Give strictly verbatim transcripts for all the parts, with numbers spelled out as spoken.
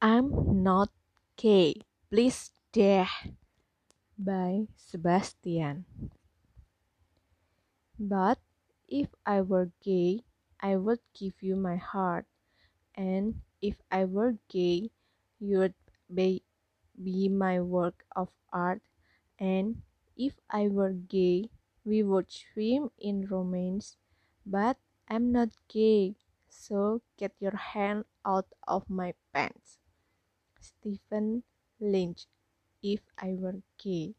I'm not gay, please deh. By Sebastian. But if I were gay, I would give you my heart. And if I were gay, you'd be, be my work of art. And if I were gay, we would swim in romance. But I'm not gay, so get your hand out of my pants. Stephen Lynch. If I were gay.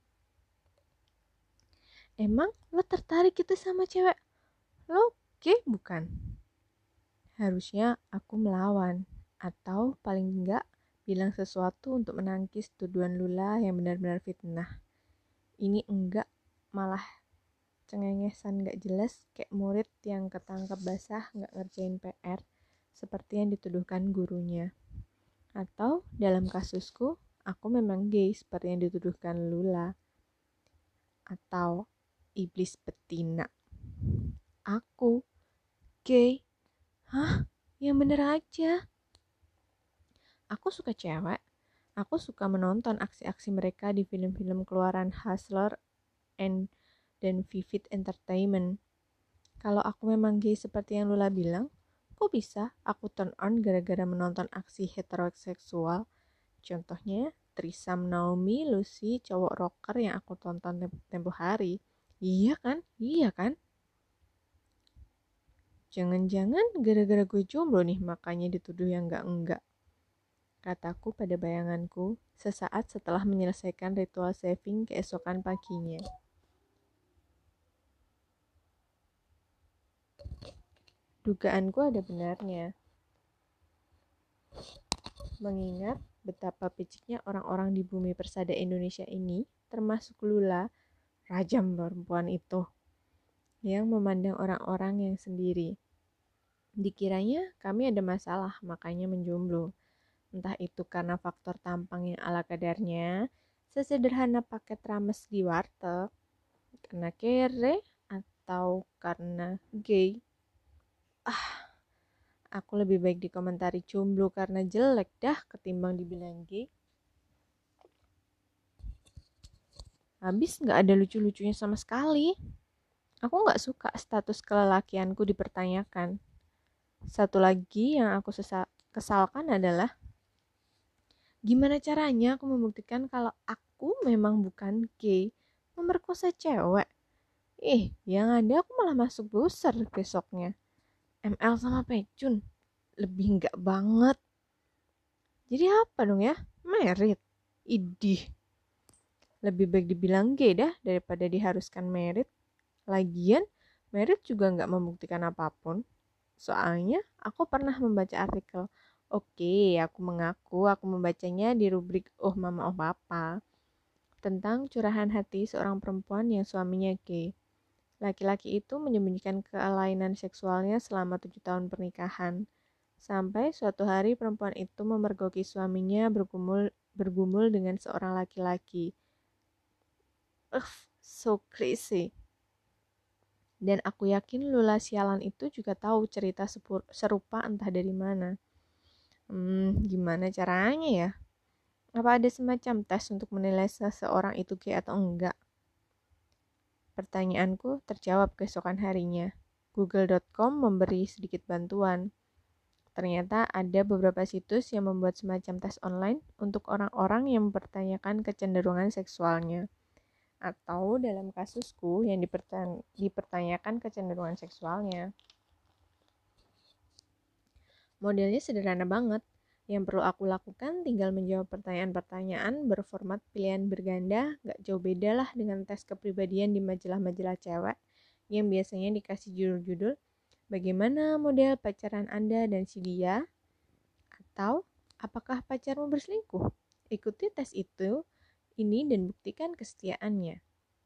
Emang lo tertarik gitu sama cewek? Lo gay bukan? Harusnya aku melawan, atau paling enggak bilang sesuatu untuk menangkis tuduhan Lula yang benar-benar fitnah. Ini enggak, malah cengengesan gak jelas kayak murid yang ketangkap basah gak ngerjain P R seperti yang dituduhkan gurunya. Atau dalam kasusku, aku memang gay seperti yang dituduhkan Lula. Atau iblis betina. Aku gay? Hah? Yang bener aja. Aku suka cewek. Aku suka menonton aksi-aksi mereka di film-film keluaran Hustler and dan Vivid Entertainment. Kalau aku memang gay seperti yang Lula bilang, kok bisa aku turn on gara-gara menonton aksi heteroseksual? Contohnya, Trisam Naomi Lucy cowok rocker yang aku tonton tempo hari. Iya kan? Iya kan? Jangan-jangan gara-gara gue jomblo nih makanya dituduh yang enggak-enggak. Kataku pada bayanganku sesaat setelah menyelesaikan ritual saving keesokan paginya. Dugaanku ada benarnya. Mengingat betapa piciknya orang-orang di bumi persada Indonesia ini, termasuk Lula, rajam perempuan itu, yang memandang orang-orang yang sendiri. Dikiranya kami ada masalah, makanya menjomblo. Entah itu karena faktor tampang yang ala kadarnya, sesederhana paket rames di warteg, karena kere, atau karena gay. Ah, aku lebih baik dikomentari jomblo karena jelek dah ketimbang dibilang gay. Habis gak ada lucu-lucunya sama sekali. Aku gak suka status kelelakianku dipertanyakan. Satu lagi yang aku sesa- kesalkan adalah gimana caranya aku membuktikan kalau aku memang bukan gay, memerkosa cewek. Ih, yang ada aku malah masuk booster besoknya. M L sama Pecun, lebih enggak banget. Jadi apa dong ya? Merit. Idih. Lebih baik dibilang gay dah daripada diharuskan merit. Lagian, merit juga enggak membuktikan apapun. Soalnya aku pernah membaca artikel. Oke, aku mengaku aku membacanya di rubrik Oh Mama Oh Papa tentang curahan hati seorang perempuan yang suaminya gay. Laki-laki itu menyembunyikan kelainan seksualnya selama tujuh tahun pernikahan. Sampai suatu hari perempuan itu memergoki suaminya bergumul, bergumul dengan seorang laki-laki. Ugh, so crazy. Dan aku yakin Lula sialan itu juga tahu cerita sepur- serupa entah dari mana. Hmm, gimana caranya ya? Apa ada semacam tes untuk menilai seseorang itu gay atau enggak? Pertanyaanku terjawab keesokan harinya. Google dot com memberi sedikit bantuan. Ternyata ada beberapa situs yang membuat semacam tes online untuk orang-orang yang mempertanyakan kecenderungan seksualnya. Atau dalam kasusku yang dipertan- dipertanyakan kecenderungan seksualnya. Modelnya sederhana banget. Yang perlu aku lakukan tinggal menjawab pertanyaan-pertanyaan berformat pilihan berganda, gak jauh beda lah dengan tes kepribadian di majalah-majalah cewek yang biasanya dikasih judul-judul bagaimana model pacaran Anda dan si dia, atau apakah pacarmu berselingkuh? Ikuti tes itu, ini dan buktikan kesetiaannya.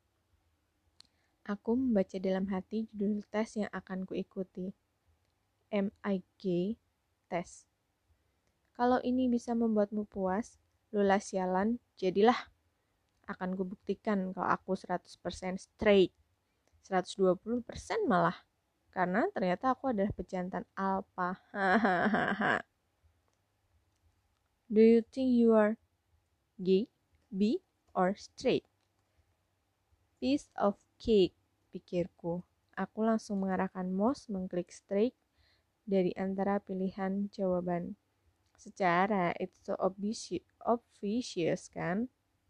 Aku membaca dalam hati judul tes yang akan kuikuti. M I G Test. Kalau ini bisa membuatmu puas, Lula sialan, jadilah. Akan kubuktikan kalau aku seratus persen straight. seratus dua puluh persen malah. Karena ternyata aku adalah pejantan alpha. Hahaha. Do you think you are gay, bi, or straight? Piece of cake, pikirku. Aku langsung mengarahkan mouse mengklik straight dari antara pilihan jawaban. Secara, it's so obvious, obvious kan?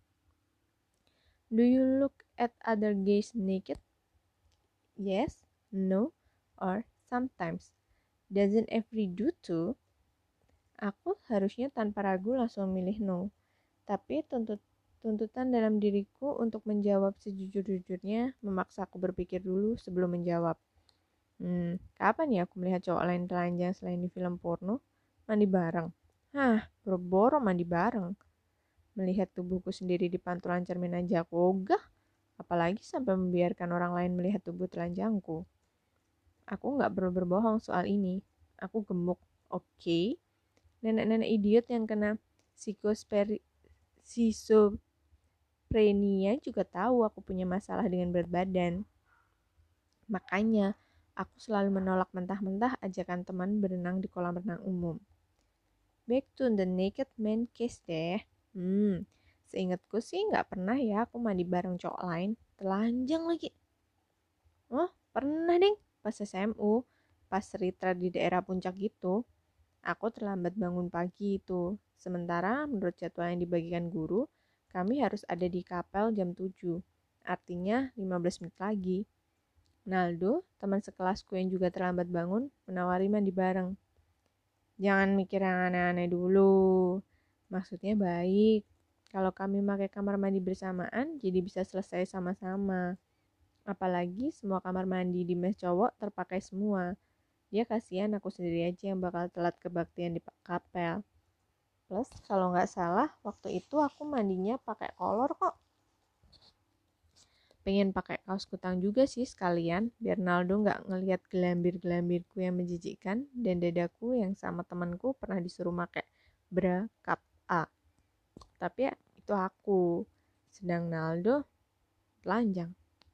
Do you look at other gays naked? Yes, no, or sometimes. Doesn't every do too? Aku harusnya tanpa ragu langsung milih no. Tapi tuntut, tuntutan dalam diriku untuk menjawab sejujur-jujurnya memaksa aku berpikir dulu sebelum menjawab. Hmm, kapan ya aku melihat cowok lain telanjang selain di film porno? Mandi bareng. Hah, boro-boro mandi bareng. Melihat tubuhku sendiri di pantulan cermin aja aku ogah. Apalagi sampai membiarkan orang lain melihat tubuh telanjangku. Aku gak perlu berbohong soal ini. Aku gemuk. Oke. Okay. Nenek-nenek idiot yang kena psikosperi schizophrenia juga tahu aku punya masalah dengan berat badan. Makanya, aku selalu menolak mentah-mentah ajakan teman berenang di kolam renang umum. Back to the naked man case deh. Hmm, seingatku sih nggak pernah ya aku mandi bareng cowok lain. Telanjang lagi. Oh, pernah deng. Pas S M U, pas retreat di daerah puncak gitu. Aku terlambat bangun pagi itu. Sementara menurut jadwal yang dibagikan guru, kami harus ada di kapel jam tujuh. Artinya lima belas menit lagi. Naldo, teman sekelasku yang juga terlambat bangun, menawari mandi bareng. Jangan mikir yang aneh-aneh dulu. Maksudnya baik. Kalau kami pakai kamar mandi bersamaan, jadi bisa selesai sama-sama. Apalagi semua kamar mandi di mes cowok terpakai semua. Dia kasihan aku sendiri aja yang bakal telat kebaktian di kapel. Plus, kalau nggak salah, waktu itu aku mandinya pakai kolor kok. Pengen pakai kaos kutang juga sih sekalian, biar Naldo nggak ngelihat gelambir-gelambirku yang menjijikkan dan dadaku yang sama temanku pernah disuruh pakai bra cup A. Tapi ya, itu aku. Sedang Naldo telanjang.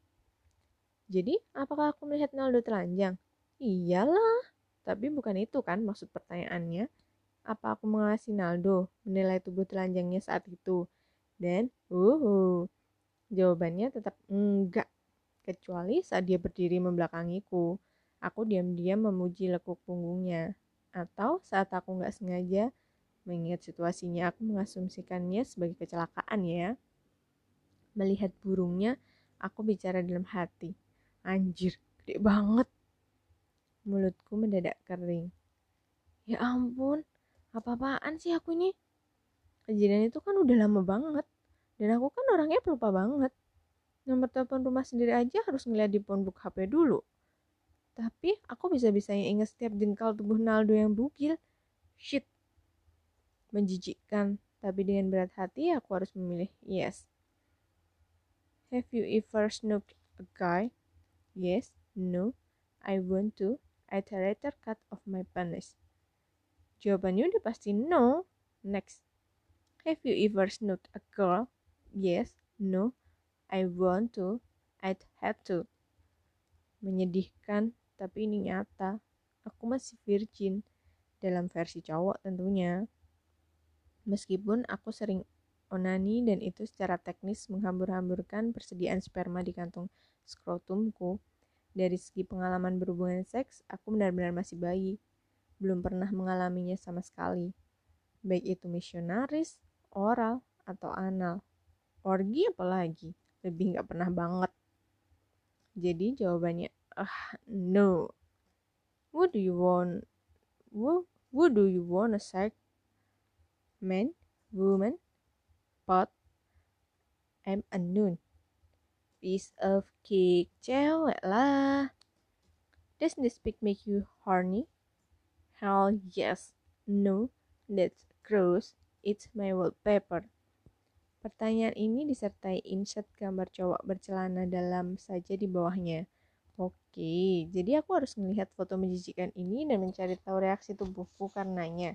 Jadi, apakah aku melihat Naldo telanjang? Iyalah, tapi bukan itu kan maksud pertanyaannya. Apa aku mengawasi Naldo menilai tubuh telanjangnya saat itu? Dan, uhu, jawabannya tetap enggak. Kecuali saat dia berdiri membelakangiku. Aku diam-diam memuji lekuk punggungnya. Atau saat aku nggak sengaja mengingat situasinya, aku mengasumsikannya sebagai kecelakaan ya. Melihat burungnya, aku bicara dalam hati. Anjir, gede banget. Mulutku mendadak kering. Ya ampun, apa-apaan sih aku ini? Kejadian itu kan udah lama banget. Dan aku kan orangnya pelupa banget. Nomor telepon rumah sendiri aja harus ngeliat di phonebook H P dulu. Tapi aku bisa-bisanya ingat setiap jengkal tubuh Naldo yang bugil. Shit. Menjijikkan. Tapi dengan berat hati aku harus memilih yes. Have you ever snooked a guy? Yes, no, I want to. I'd rather cut off my penis. Jawabannya udah pasti no. Next. Have you ever snooked a girl? Yes, no, I want to. I'd have to. Menyedihkan, tapi ini nyata. Aku masih virgin. Dalam versi cowok tentunya. Meskipun aku sering onani dan itu secara teknis menghambur-hamburkan persediaan sperma di kantung skrotumku. Dari segi pengalaman berhubungan seks, aku benar-benar masih bayi. Belum pernah mengalaminya sama sekali. Baik itu misionaris, oral, atau anal. Orgi apalagi, lebih gak pernah banget. Jadi jawabannya, ah, no. What do you want? What, what do you want a sex? Man, woman, pot, I'm a nun. Piece of cake, cewek lah. Does this pic make you horny? Hell yes. No, that's gross. It's my wallpaper. Pertanyaan ini disertai insert gambar cowok bercelana dalam saja di bawahnya. Oke, jadi aku harus melihat foto menjijikan ini dan mencari tahu reaksi tubuhku karenanya.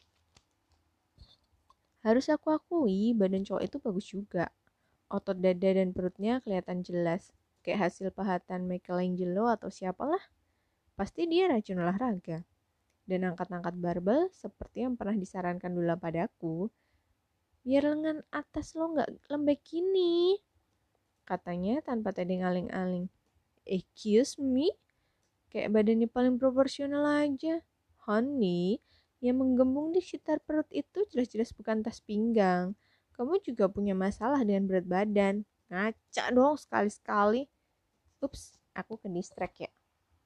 Harus aku akui, badan cowok itu bagus juga. Otot dada dan perutnya kelihatan jelas, kayak hasil pahatan Michelangelo atau siapalah. Pasti dia rajin olahraga. dan angkat-angkat barbel seperti yang pernah disarankan Dula padaku. Biar lengan atas lo gak lembek gini, katanya tanpa tedeng aling-aling. Excuse me? Kayak badannya paling proporsional aja. Honey, yang menggembung di sekitar perut itu jelas-jelas bukan tas pinggang. Kamu juga punya masalah dengan berat badan. Ngaca dong sekali-sekali. Ups, aku ke distract ya.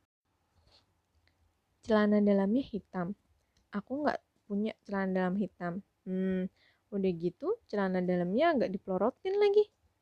Celana dalamnya hitam. Aku gak punya celana dalam hitam. Hmm, udah gitu celana dalamnya agak dipelorotin lagi.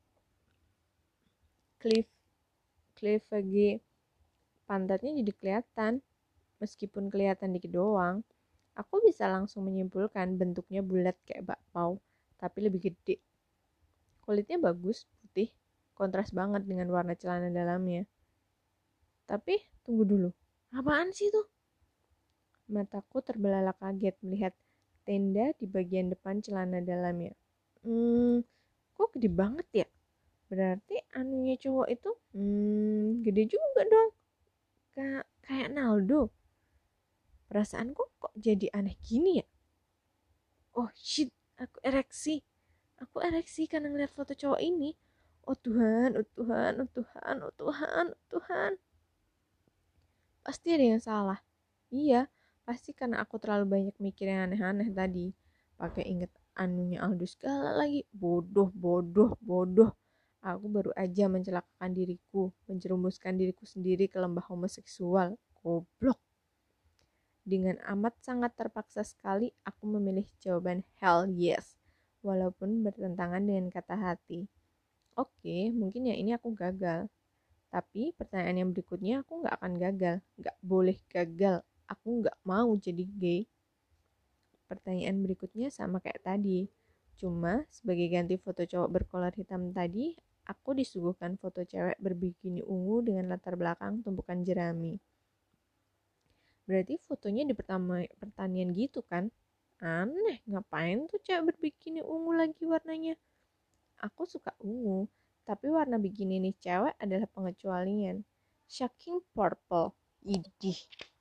Cliff, cleavage pantatnya jadi kelihatan. Meskipun kelihatan dikit doang, aku bisa langsung menyimpulkan bentuknya bulat kayak bakpao, tapi lebih gede. Kulitnya bagus, putih, kontras banget dengan warna celana dalamnya. Tapi, tunggu dulu. Apaan sih tuh? Mataku terbelalak kaget melihat tenda di bagian depan celana dalamnya. Hmm, kok gede banget ya? Berarti anunya cowok itu, hmm, gede juga dong. Kayak, kayak Naldo. Perasaanku kok jadi aneh gini ya? Oh shit, aku ereksi. Aku ereksi karena ngeliat foto cowok ini. Oh Tuhan, oh Tuhan, oh Tuhan, oh Tuhan, oh Tuhan. Pasti ada yang salah. Iya, pasti karena aku terlalu banyak mikir yang aneh-aneh tadi. Pakai inget anunya Aldo segala lagi. Bodoh, bodoh, bodoh. Aku baru aja mencelakakan diriku, menjerumuskan diriku sendiri ke lembah homoseksual. Goblok. Dengan amat sangat terpaksa sekali, aku memilih jawaban hell yes, walaupun bertentangan dengan kata hati. Oke, mungkin ya ini aku gagal. Tapi pertanyaan yang berikutnya aku gak akan gagal. Gak boleh gagal. Aku gak mau jadi gay. Pertanyaan berikutnya sama kayak tadi. Cuma sebagai ganti foto cowok berkolor hitam tadi, aku disuguhkan foto cewek berbikini ungu dengan latar belakang tumpukan jerami. Berarti fotonya di pertama pertanian gitu kan? Aneh, ngapain tuh cewek berbikini ungu lagi warnanya? Aku suka ungu, tapi warna bikini nih cewek adalah pengecualian. Shocking purple. Idih.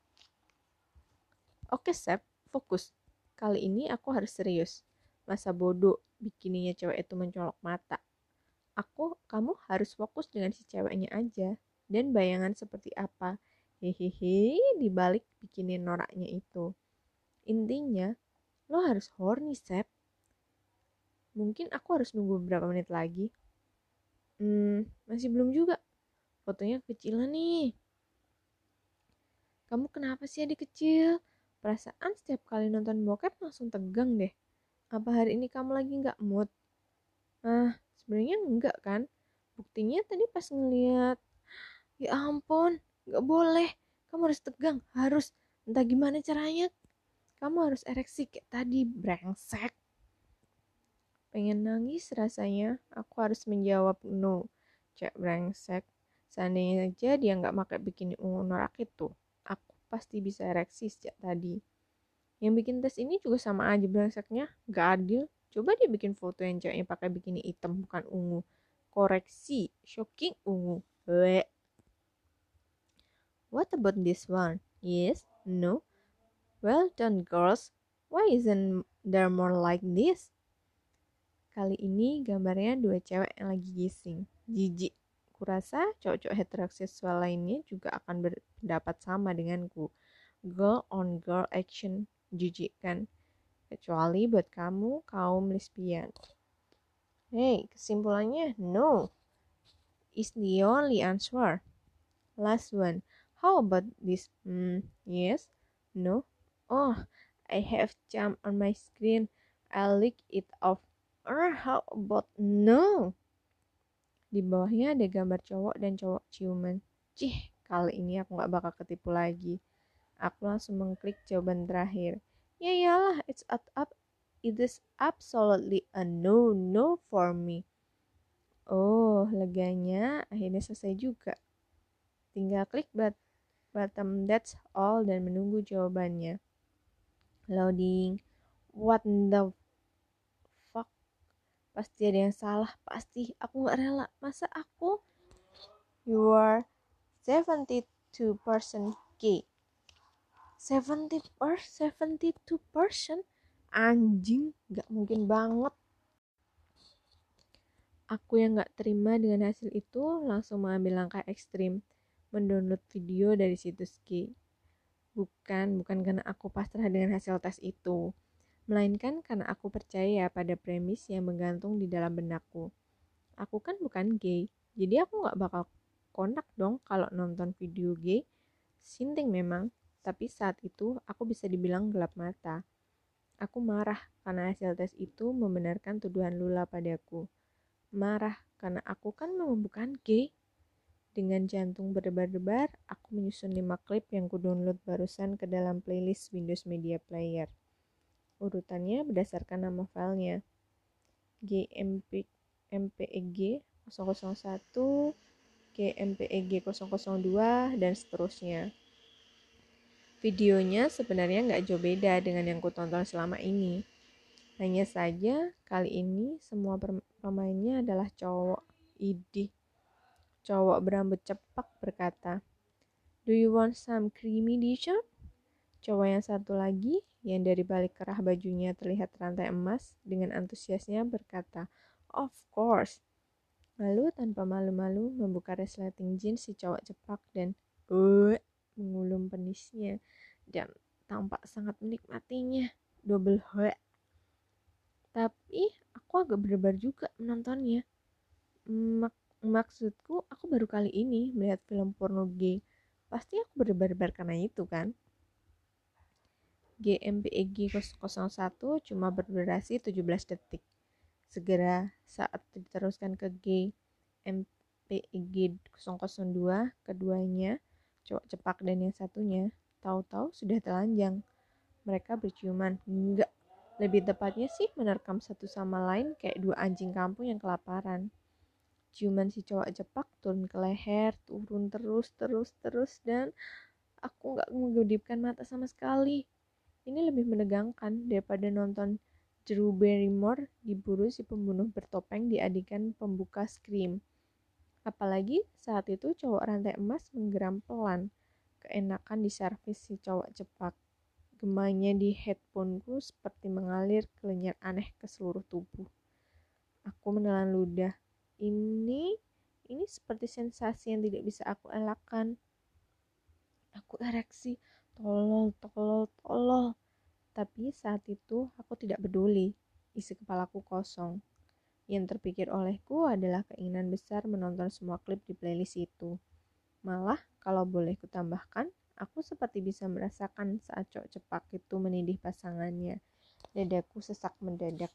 Oke, Sep, fokus. Kali ini aku harus serius. Masa bodoh bikininya cewek itu mencolok mata. Aku, kamu harus fokus dengan si ceweknya aja. Dan bayangan seperti apa. Hehehe, dibalik bikini noraknya itu. Intinya, lo harus horny, Sep. Mungkin aku harus nunggu beberapa menit lagi. Hmm, masih belum juga. Fotonya kecilan nih. Kamu kenapa sih adik kecil? Perasaan setiap kali nonton bokep langsung tegang deh. Apa hari ini kamu lagi gak mood? Ah, sebenarnya enggak kan? Buktinya tadi pas ngeliat. Ya ampun, gak boleh. Kamu harus tegang, harus. Entah gimana caranya. Kamu harus ereksi kayak tadi, brengsek. Pengen nangis rasanya, aku harus menjawab no. Cek brengsek. Seandainya aja dia gak pakai bikini ungu norak itu, aku pasti bisa ereksi sejak tadi. Yang bikin tes ini juga sama aja brengseknya, gak adil. Coba dia bikin foto yang ceweknya pakai bikini hitam bukan ungu. Koreksi, shocking ungu. Bleh. What about this one? Yes? No? Well done girls. Why isn't there more like this? Kali ini gambarnya dua cewek yang lagi gising. Jijik. Kurasa cowok-cowok heteroseksual lainnya juga akan berpendapat sama denganku. Girl on girl action. Jijik kan? Kecuali buat kamu kaum lesbian. Hey, kesimpulannya no is the only answer. Last one. How about this? Hmm, yes? No? Oh, I have jam on my screen. I'll lick it off. Or how about no? Di bawahnya ada gambar cowok dan cowok ciuman. Cih, kali ini aku gak bakal ketipu lagi. Aku langsung mengklik jawaban terakhir. Ya iyalah, it's up up. It is absolutely a no-no for me. Oh, leganya akhirnya selesai juga. Tinggal klik button that's all dan menunggu jawabannya. Loading. What the fuck? Pasti ada yang salah. Pasti. Aku gak rela. Masa aku? You are seventy-two percent gay. seventy per seventy-two persen. Anjing, gak mungkin banget. Aku yang gak terima dengan hasil itu langsung mengambil langkah ekstrim, mendownload video dari situs G. Bukan, bukan karena aku pasrah dengan hasil tes itu, melainkan karena aku percaya pada premis yang menggantung di dalam benakku. Aku kan bukan gay, jadi aku gak bakal kontak dong kalau nonton video gay. Sinting memang, tapi saat itu aku bisa dibilang gelap mata. Aku marah karena hasil tes itu membenarkan tuduhan Lula padaku. Marah karena aku kan memang bukan gay. Dengan jantung berdebar-debar, aku menyusun lima klip yang ku-download barusan ke dalam playlist Windows Media Player. Urutannya berdasarkan nama filenya. G M P E G nol nol satu, G M P E G nol nol dua, dan seterusnya. Videonya sebenarnya nggak jauh beda dengan yang kutonton selama ini. Hanya saja kali ini semua pemainnya adalah cowok. Idih. Cowok berambut cepak berkata, "Do you want some creamy dessert?" Cowok yang satu lagi, yang dari balik kerah bajunya terlihat rantai emas, dengan antusiasnya berkata, "Of course." Lalu tanpa malu-malu membuka resleting jeans si cowok cepak dan uh, mengulum penisnya dan tampak sangat menikmatinya. Double hoe. Tapi aku agak berdebar juga menontonnya. Mak- maksudku, aku baru kali ini melihat film porno gay. Pasti aku berdebar-debar karena itu kan. G M P E G nol nol satu cuma berdurasi tujuh belas detik. Segera saat diteruskan ke G M P E G nol nol dua, keduanya, cowok cepak dan yang satunya, tahu-tahu sudah telanjang. Mereka berciuman. Enggak, lebih tepatnya sih menerkam satu sama lain kayak dua anjing kampung yang kelaparan. Ciuman si cowok cepak turun ke leher, turun terus, terus, terus, dan aku gak menggedipkan mata sama sekali. Ini lebih menegangkan daripada nonton Drew Barrymore diburu si pembunuh bertopeng di adegan pembuka Scream. Apalagi saat itu cowok rantai emas menggeram pelan, keenakan diservis si cowok cepak. Gemanya di headphoneku seperti mengalir kelenjar aneh ke seluruh tubuh. Aku menelan ludah. Ini, ini seperti sensasi yang tidak bisa aku elakkan. Aku ereksi, tolol, tolol, tolol. Tapi saat itu aku tidak peduli. Isi kepalaku kosong. Yang terpikir olehku adalah keinginan besar menonton semua klip di playlist itu. Malah, kalau boleh kutambahkan, aku seperti bisa merasakan saat cowok cepak itu menindih pasangannya. Dadaku sesak mendadak.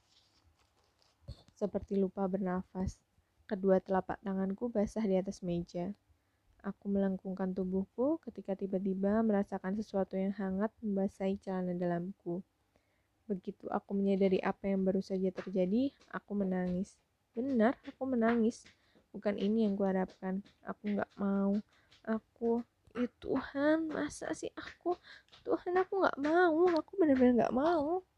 Seperti lupa bernafas. Kedua telapak tanganku basah di atas meja. Aku melengkungkan tubuhku ketika tiba-tiba merasakan sesuatu yang hangat membasahi celana dalamku. Begitu aku menyadari apa yang baru saja terjadi, aku menangis. Benar, aku menangis. Bukan ini yang kuharapkan. Aku gak mau. Aku, ya Tuhan, masa sih aku? Tuhan, aku gak mau. Aku benar-benar gak mau.